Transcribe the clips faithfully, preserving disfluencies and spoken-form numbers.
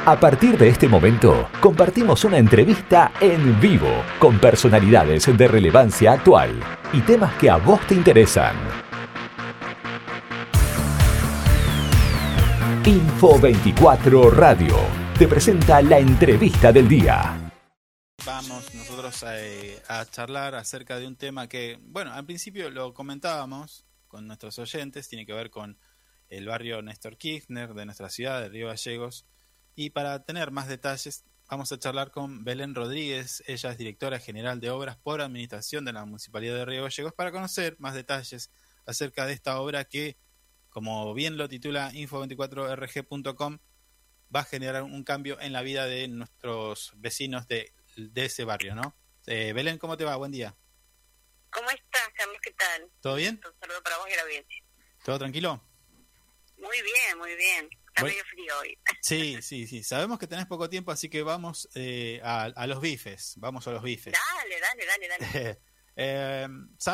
A partir de este momento, compartimos una entrevista en vivo con personalidades de relevancia actual y temas que a vos te interesan. Info veinticuatro Radio te presenta la entrevista del día. Vamos nosotros a, a charlar acerca de un tema que, bueno, al principio lo comentábamos con nuestros oyentes, tiene que ver con el barrio Néstor Kirchner de nuestra ciudad, de Río Gallegos. Y para tener más detalles, vamos a charlar con Belén Rodríguez. Ella es directora general de Obras por Administración de la Municipalidad de Río Gallegos, para conocer más detalles acerca de esta obra que, como bien lo titula info veinticuatro r g punto com, va a generar un cambio en la vida de nuestros vecinos de, de ese barrio, ¿no? Eh, Belén, ¿cómo te va? Buen día. ¿Cómo estás, Carlos? ¿Qué tal? ¿Todo bien? Un saludo para vos y la audiencia. ¿Todo tranquilo? Muy bien, muy bien. Está Bueno, medio frío hoy. Sí, sí, sí. Sabemos que tenés poco tiempo, así que vamos eh, a, a los bifes. Vamos a los bifes. Dale, dale, dale, dale. eh,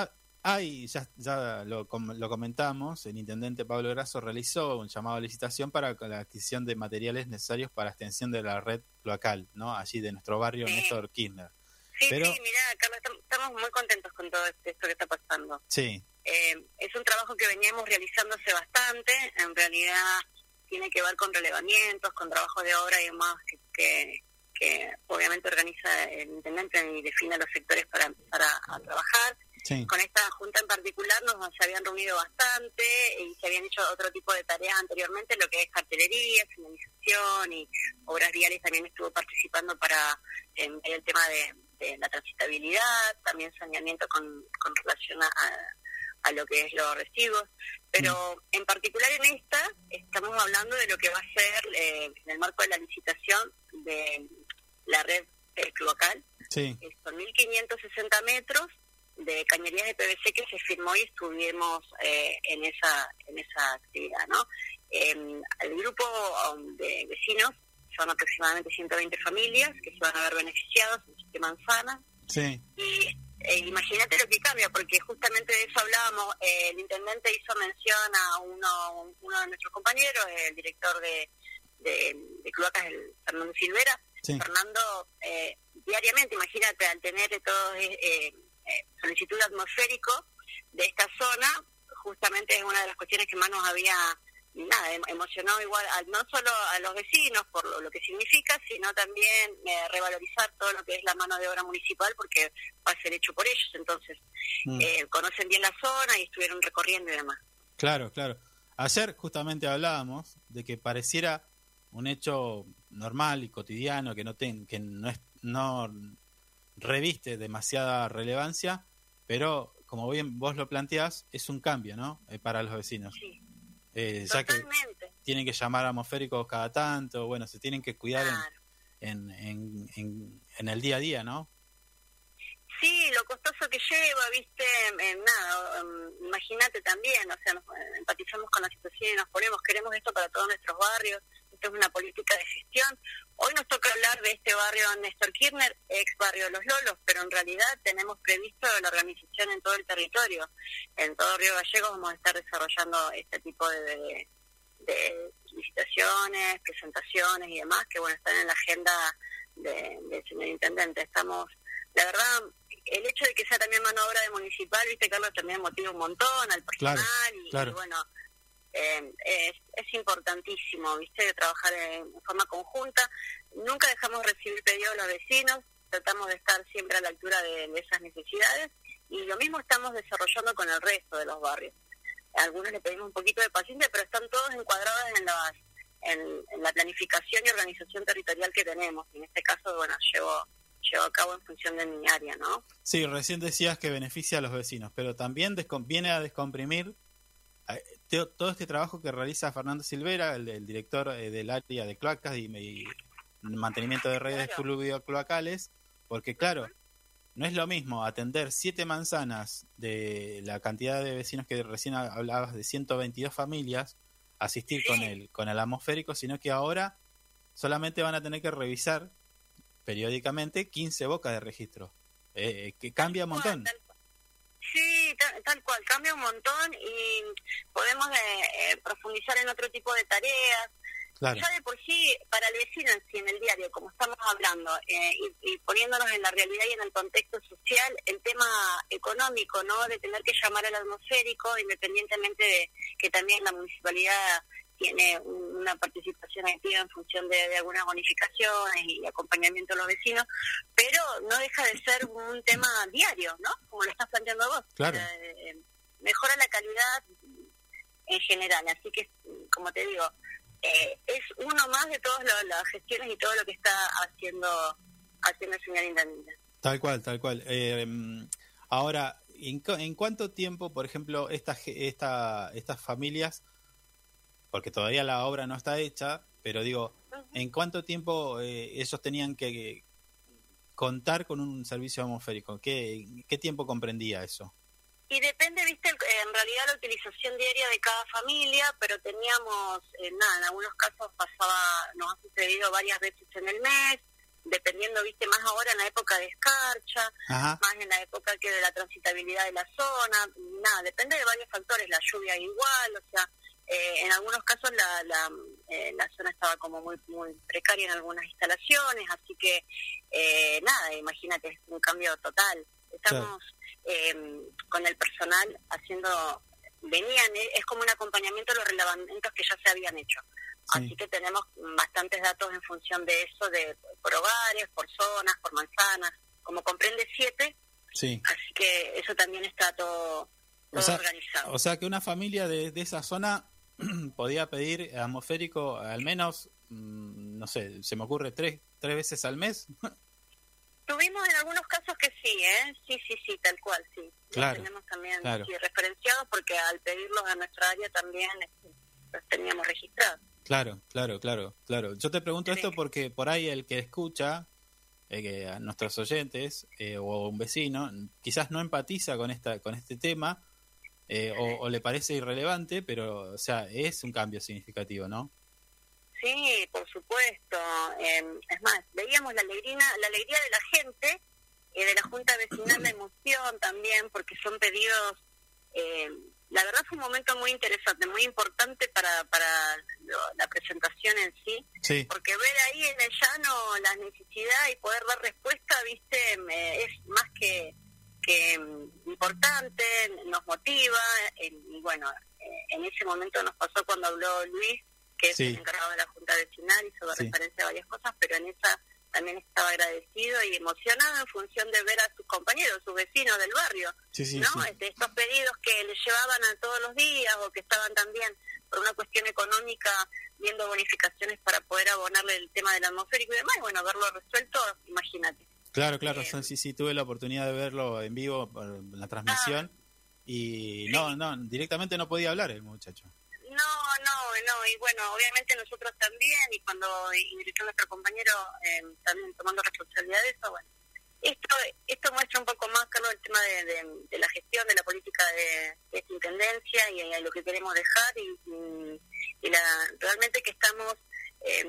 Ay, ya, ya lo, lo comentamos, el intendente Pablo Grasso realizó un llamado a licitación para la adquisición de materiales necesarios para la extensión de la red cloacal, ¿no? Allí de nuestro barrio sí. Néstor Kirchner. Sí, Pero, sí, mirá, Carlos, estamos muy contentos con todo esto que está pasando. Sí. Eh, es un trabajo que veníamos realizando hace bastante, en realidad tiene que ver con relevamientos, con trabajos de obra y demás que, que, que obviamente organiza el intendente y define los sectores para empezar a, a trabajar. Sí. Con esta junta en particular nos se habían reunido bastante y se habían hecho otro tipo de tareas anteriormente, lo que es cartelería, señalización y obras viales. También estuvo participando para eh, el tema de, de la transitabilidad, también saneamiento con, con relación a, a lo que es los residuos, pero mm. en particular en esta estamos hablando de lo que va a ser eh, en el marco de la licitación de la red eh, cloacal. Sí. Eh, son mil quinientos sesenta metros de cañerías de P V C que se firmó y estuvimos eh, en esa en esa actividad, ¿no? Eh, el grupo um, de vecinos son aproximadamente ciento veinte familias que se van a ver beneficiados en Siete Manzanas. Sí. Y eh, imagínate lo que cambia, porque justamente de eso hablábamos. Eh, el intendente hizo mención a uno uno de nuestros compañeros, el director de, de, de Cloacas, el Fernando Silvera. Sí. Fernando, eh, diariamente, imagínate, al tener todo... Eh, Eh, solicitud atmosférico de esta zona, justamente es una de las cuestiones que más nos había nada emocionado, igual a, no solo a los vecinos por lo, lo que significa, sino también eh, revalorizar todo lo que es la mano de obra municipal, porque va a ser hecho por ellos. Entonces mm. eh, conocen bien la zona y estuvieron recorriendo y demás. Claro, claro. Ayer justamente hablábamos de que pareciera un hecho normal y cotidiano, que no ten, que no es no reviste demasiada relevancia, pero como bien vos lo planteás, es un cambio, ¿no? Eh, para los vecinos. Sí. Eh, ya que tienen que llamar a atmosféricos cada tanto, bueno, se tienen que cuidar claro. en, en, en, en el día a día, ¿no? Sí, lo costoso que lleva, viste, eh, nada, um, imagínate también, o sea, nos, eh, empatizamos con la situación y nos ponemos, queremos esto para todos nuestros barrios, esto es una política de gestión. Hoy nos toca hablar de este barrio Néstor Kirchner, ex barrio de Los Lolos, pero en realidad tenemos previsto la organización en todo el territorio. En todo Río Gallegos vamos a estar desarrollando este tipo de, de, de licitaciones, presentaciones y demás, que bueno, están en la agenda de, del señor intendente. Estamos, la verdad, el hecho de que sea también mano de obra de municipal, viste, Carlos, también motiva un montón al personal. Claro, y, claro. y bueno, eh, es, es importantísimo, viste, de trabajar en forma conjunta. Nunca dejamos recibir pedidos de los vecinos, tratamos de estar siempre a la altura de, de esas necesidades, y lo mismo estamos desarrollando con el resto de los barrios. A algunos le pedimos un poquito de paciencia, pero están todos encuadrados en las en, en la planificación y organización territorial que tenemos. En este caso, bueno, llevo llevo a cabo en función de mi área, ¿no? Sí, recién decías que beneficia a los vecinos, pero también descom- viene a descomprimir eh, te- todo este trabajo que realiza Fernando Silvera, el, el director eh, del área de cloacas y, y mantenimiento de redes claro. fluvio-cloacales, porque claro, no es lo mismo atender siete manzanas de la cantidad de vecinos que recién hablabas, de ciento veintidós familias, asistir sí. con el con el atmosférico, sino que ahora solamente van a tener que revisar periódicamente quince bocas de registro, eh, que cambia un montón. Tal, tal, sí, tal, tal cual, cambia un montón y podemos eh, eh, profundizar en otro tipo de tareas. Claro. Ya de por sí, para el vecino en sí, en el diario, como estamos hablando, eh, y, y poniéndonos en la realidad y en el contexto social, el tema económico, ¿no? De tener que llamar al atmosférico, independientemente de que también la municipalidad tiene una participación activa en función de, de algunas bonificaciones y acompañamiento a los vecinos, pero no deja de ser un tema diario, ¿no? Como lo estás planteando vos. Claro. Eh, mejora la calidad en general, así que, como te digo, eh, es uno más de todas lo, las gestiones y todo lo que está haciendo haciendo el señor intendente. Tal cual, tal cual. Eh, ahora, ¿en, ¿en cuánto tiempo, por ejemplo, estas esta, estas familias, porque todavía la obra no está hecha, pero digo, uh-huh. ¿en cuánto tiempo eh, ellos tenían que contar con un servicio atmosférico? ¿Qué, qué tiempo comprendía eso? Y depende, viste, en realidad la utilización diaria de cada familia, pero teníamos, eh, nada, en algunos casos pasaba, nos ha sucedido varias veces en el mes, dependiendo, viste, más ahora en la época de escarcha, Ajá. más en la época que de la transitabilidad de la zona, nada, depende de varios factores, la lluvia igual, o sea, eh, en algunos casos la la, eh, la zona estaba como muy muy precaria en algunas instalaciones, así que, eh, nada, imagínate, es un cambio total. Estamos eh, con el personal haciendo, venían, es como un acompañamiento a los relevamientos que ya se habían hecho. Sí. Así que tenemos bastantes datos en función de eso, de por hogares, por zonas, por manzanas, como comprende siete, sí. Así que eso también está todo, todo o sea, organizado. O sea que una familia de, de esa zona podía pedir atmosférico al menos, no sé, se me ocurre tres, tres veces al mes. Tuvimos en algunos casos que sí, ¿eh? Sí, sí, sí, tal cual, sí. Claro, los tenemos también claro. sí, referenciados porque al pedirlos a nuestra área también este, los teníamos registrados. Claro, claro, claro, claro. Yo te pregunto sí. esto porque por ahí el que escucha, eh, que a nuestros oyentes eh, o un vecino, quizás no empatiza con esta con este tema eh, o, o le parece irrelevante, pero o sea, es un cambio significativo, ¿no? Sí, por supuesto. Eh, es más, veíamos la alegría, la alegría de la gente, eh, de la Junta Vecinal, la emoción también, porque son pedidos. Eh, la verdad fue un momento muy interesante, muy importante para para lo, la presentación en sí, sí, porque ver ahí en el llano la necesidad y poder dar respuesta, viste, me, es más que que importante, nos motiva. Eh, y bueno, eh, en ese momento nos pasó cuando habló Luis, que sí. es el encargado de la Junta Vecinal, hizo sí. referencia a varias cosas, pero en esa también estaba agradecido y emocionado en función de ver a sus compañeros, sus vecinos del barrio, sí, sí, ¿no? Sí. Este, estos pedidos que les llevaban a todos los días o que estaban también por una cuestión económica viendo bonificaciones para poder abonarle el tema del atmosférico y demás, y bueno, verlo resuelto, imagínate. Claro, claro, Eh, sí, sí, tuve la oportunidad de verlo en vivo por la transmisión ah, y sí. no, no, directamente no podía hablar el muchacho. No, no, no, y bueno, obviamente nosotros también, y cuando ingresó nuestro compañero eh, también tomando responsabilidad de eso, bueno, esto esto muestra un poco más, Carlos, el tema de, de, de la gestión, de la política de, de esta intendencia y, y lo que queremos dejar, y, y, y la realmente que estamos eh,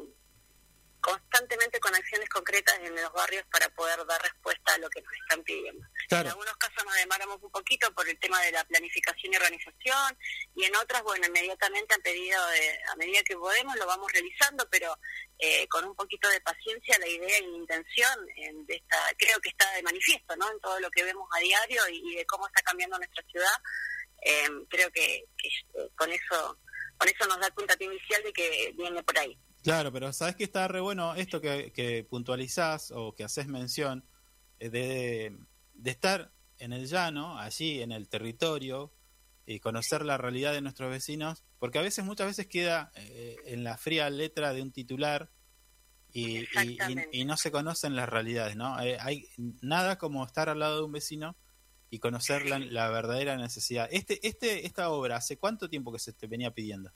constantemente con acciones concretas en los barrios para poder dar respuesta a lo que nos están pidiendo. Claro. En algunos casos nos demoramos un poquito por el tema de la planificación y organización, y en otras, bueno, inmediatamente han pedido, de, a medida que podemos, lo vamos realizando, pero eh, con un poquito de paciencia. La idea y la intención eh, de esta, creo que está de manifiesto, ¿no? En todo lo que vemos a diario y, y de cómo está cambiando nuestra ciudad. Eh, creo que, que eh, con eso con eso nos da cuenta inicial de que viene por ahí. Claro, pero sabes que está re bueno esto que, que puntualizás o que haces mención eh, de, de estar en el llano, allí en el territorio, y conocer la realidad de nuestros vecinos, porque a veces, muchas veces queda eh, en la fría letra de un titular y, y, y, y no se conocen las realidades, ¿no? Eh, hay nada como estar al lado de un vecino y conocer la, la verdadera necesidad. Este, este, esta obra, ¿hace cuánto tiempo que se te venía pidiendo?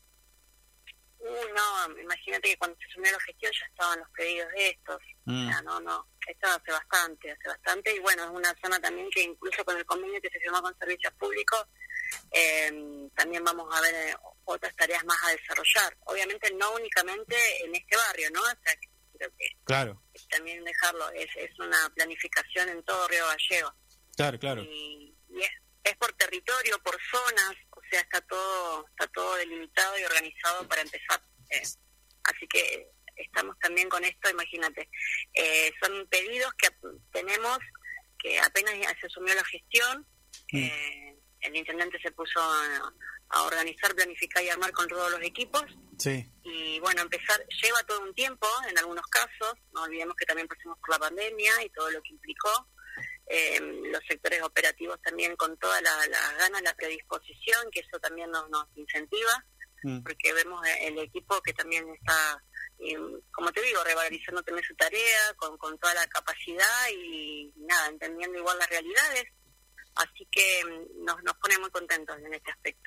Uh, no, imagínate que cuando se asumió la gestión ya estaban los pedidos de estos. Mm. O sea, no, no, esto hace bastante, hace bastante. Y bueno, es una zona también que incluso con el convenio que se firmó con servicios públicos, eh, también vamos a ver eh, otras tareas más a desarrollar. Obviamente no únicamente en este barrio, ¿no? O sea, creo que claro. también dejarlo, es, es una planificación en todo Río Gallego. Claro, claro. Y, y es, es por territorio, por zonas, o sea, está todo está todo delimitado y organizado para empezar Eh, así que estamos también con esto, imagínate. Eh, son pedidos que tenemos, que apenas se asumió la gestión, mm. eh, el intendente se puso a, a organizar, planificar y armar con todos los equipos. Sí. Y bueno, empezar, lleva todo un tiempo en algunos casos, no olvidemos que también pasamos por la pandemia y todo lo que implicó. Eh, los sectores operativos también con toda la, la ganas, la predisposición, que eso también nos, nos incentiva, mm. porque vemos el equipo que también está, eh, como te digo, revalorizando también su tarea, con, con toda la capacidad y nada, entendiendo igual las realidades, así que nos, nos pone muy contentos en este aspecto.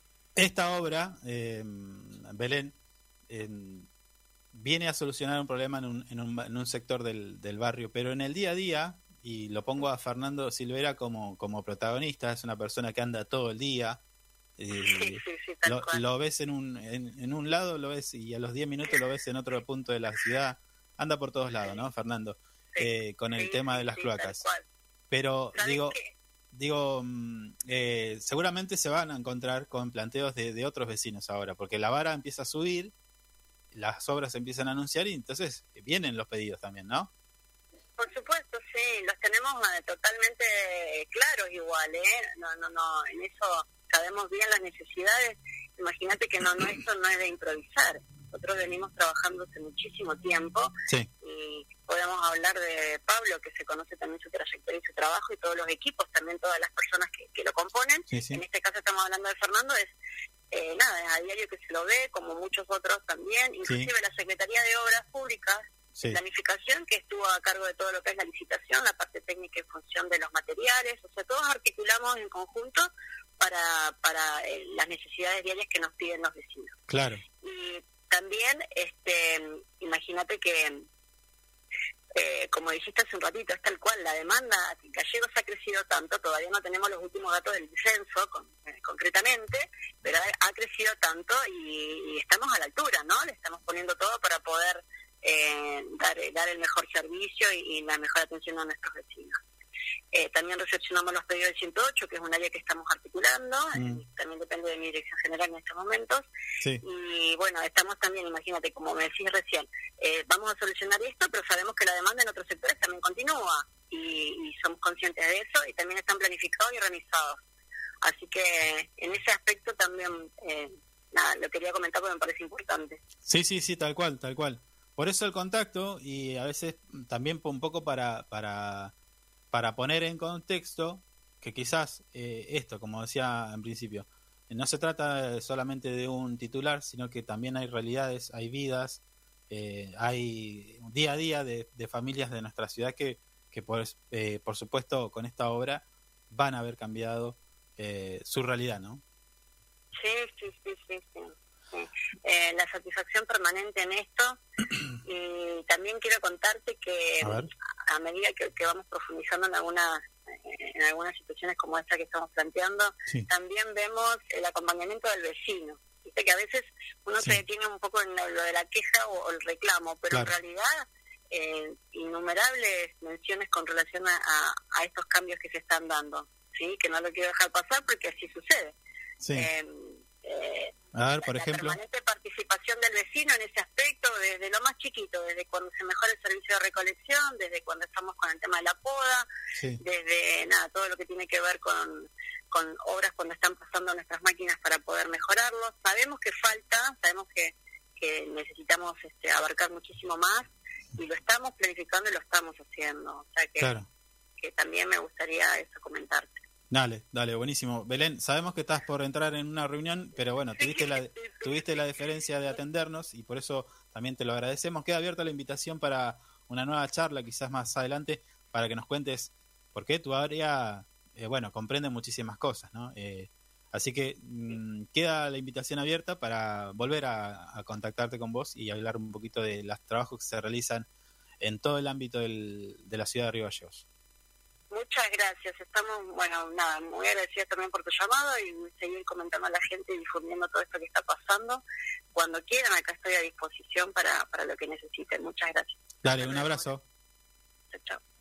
Esta obra, eh, Belén, eh, viene a solucionar un problema en un, en un, en un sector del, del barrio, pero en el día a día, y lo pongo a Fernando Silvera como, como protagonista, es una persona que anda todo el día, eh, sí, sí, sí, tal lo, cual. lo ves en un, en, en un lado, lo ves y a los diez minutos lo ves en otro punto de la ciudad, anda por todos lados, ¿no, Fernando? Sí, eh, con el sí, tema sí, de las sí, cloacas. tal cual. Pero digo... Qué? Digo, eh, seguramente se van a encontrar con planteos de, de otros vecinos ahora, porque la vara empieza a subir, las obras se empiezan a anunciar y entonces vienen los pedidos también, ¿no? Por supuesto, sí, los tenemos eh, totalmente claros igual, ¿eh? No, no, no, en eso sabemos bien las necesidades. Imagínate que no, no esto no es de improvisar. Nosotros venimos trabajando hace muchísimo tiempo. Sí. Y podemos hablar de Pablo, que se conoce también su trayectoria y su trabajo, y todos los equipos, también todas las personas que, que lo componen. Sí, sí. En este caso estamos hablando de Fernando, es eh, nada, es a diario que se lo ve, como muchos otros también, inclusive sí. la Secretaría de Obras Públicas, sí. Planificación, que estuvo a cargo de todo lo que es la licitación, la parte técnica en función de los materiales, o sea, todos articulamos en conjunto para, para eh, las necesidades diarias que nos piden los vecinos. Claro. Y también, este, imagínate que, eh, como dijiste hace un ratito, es tal cual, la demanda gallegos ha crecido tanto, todavía no tenemos los últimos datos del censo con, eh, concretamente, pero ha, ha crecido tanto y, y estamos a la altura, ¿no? Le estamos poniendo todo para poder eh, dar, dar el mejor servicio y, y la mejor atención a nuestros vecinos. Eh, también recepcionamos los pedidos del ciento ocho, que es un área que estamos articulando, mm. eh, también depende de mi dirección general en estos momentos, sí. Y bueno, estamos también, imagínate, como me decís recién, eh, vamos a solucionar esto, pero sabemos que la demanda en otros sectores también continúa, y, y somos conscientes de eso, y también están planificados y organizados, así que en ese aspecto también, eh, nada, lo quería comentar porque me parece importante. Sí, sí, sí, tal cual, tal cual. Por eso el contacto, y a veces también un poco para... para para poner en contexto que quizás eh, esto, como decía en principio, no se trata solamente de un titular, sino que también hay realidades, hay vidas, eh, hay día a día de, de familias de nuestra ciudad que, que por, eh, por supuesto con esta obra van a haber cambiado eh, su realidad, ¿no? Sí, sí, sí, sí, sí. sí. Eh, la satisfacción permanente en esto. Y también quiero contarte que a, a medida que, que vamos profundizando en algunas en algunas situaciones como esta que estamos planteando, sí. también vemos el acompañamiento del vecino. Viste que a veces uno sí. se detiene un poco en lo de la queja o, o el reclamo, pero claro. en realidad eh, innumerables menciones con relación a, a, a estos cambios que se están dando, sí, que no lo quiero dejar pasar porque así sucede. Sí. Eh, eh, a ver, por la ejemplo. La permanente participación del vecino en ese aspecto, desde lo más chiquito, desde cuando se mejora el servicio de recolección, desde cuando estamos con el tema de la poda, sí. desde nada todo lo que tiene que ver con, con obras cuando están pasando nuestras máquinas para poder mejorarlos. Sabemos que falta, sabemos que, que necesitamos este, abarcar muchísimo más y lo estamos planificando y lo estamos haciendo. O sea que, claro. que también me gustaría eso comentarte. Dale, dale, buenísimo. Belén, sabemos que estás por entrar en una reunión, pero bueno, tuviste la, tuviste la deferencia de atendernos y por eso también te lo agradecemos. Queda abierta la invitación para una nueva charla, quizás más adelante, para que nos cuentes por qué tu área, eh, bueno, comprende muchísimas cosas, ¿no? Eh, así que mmm, queda la invitación abierta para volver a, a contactarte con vos y hablar un poquito de los trabajos que se realizan en todo el ámbito del, de la ciudad de Río Gallegos. Muchas gracias, estamos, bueno, nada, muy agradecida también por tu llamado y seguir comentando a la gente y difundiendo todo esto que está pasando. Cuando quieran, acá estoy a disposición para, para lo que necesiten. Muchas gracias. Dale, un abrazo. Chao, chao.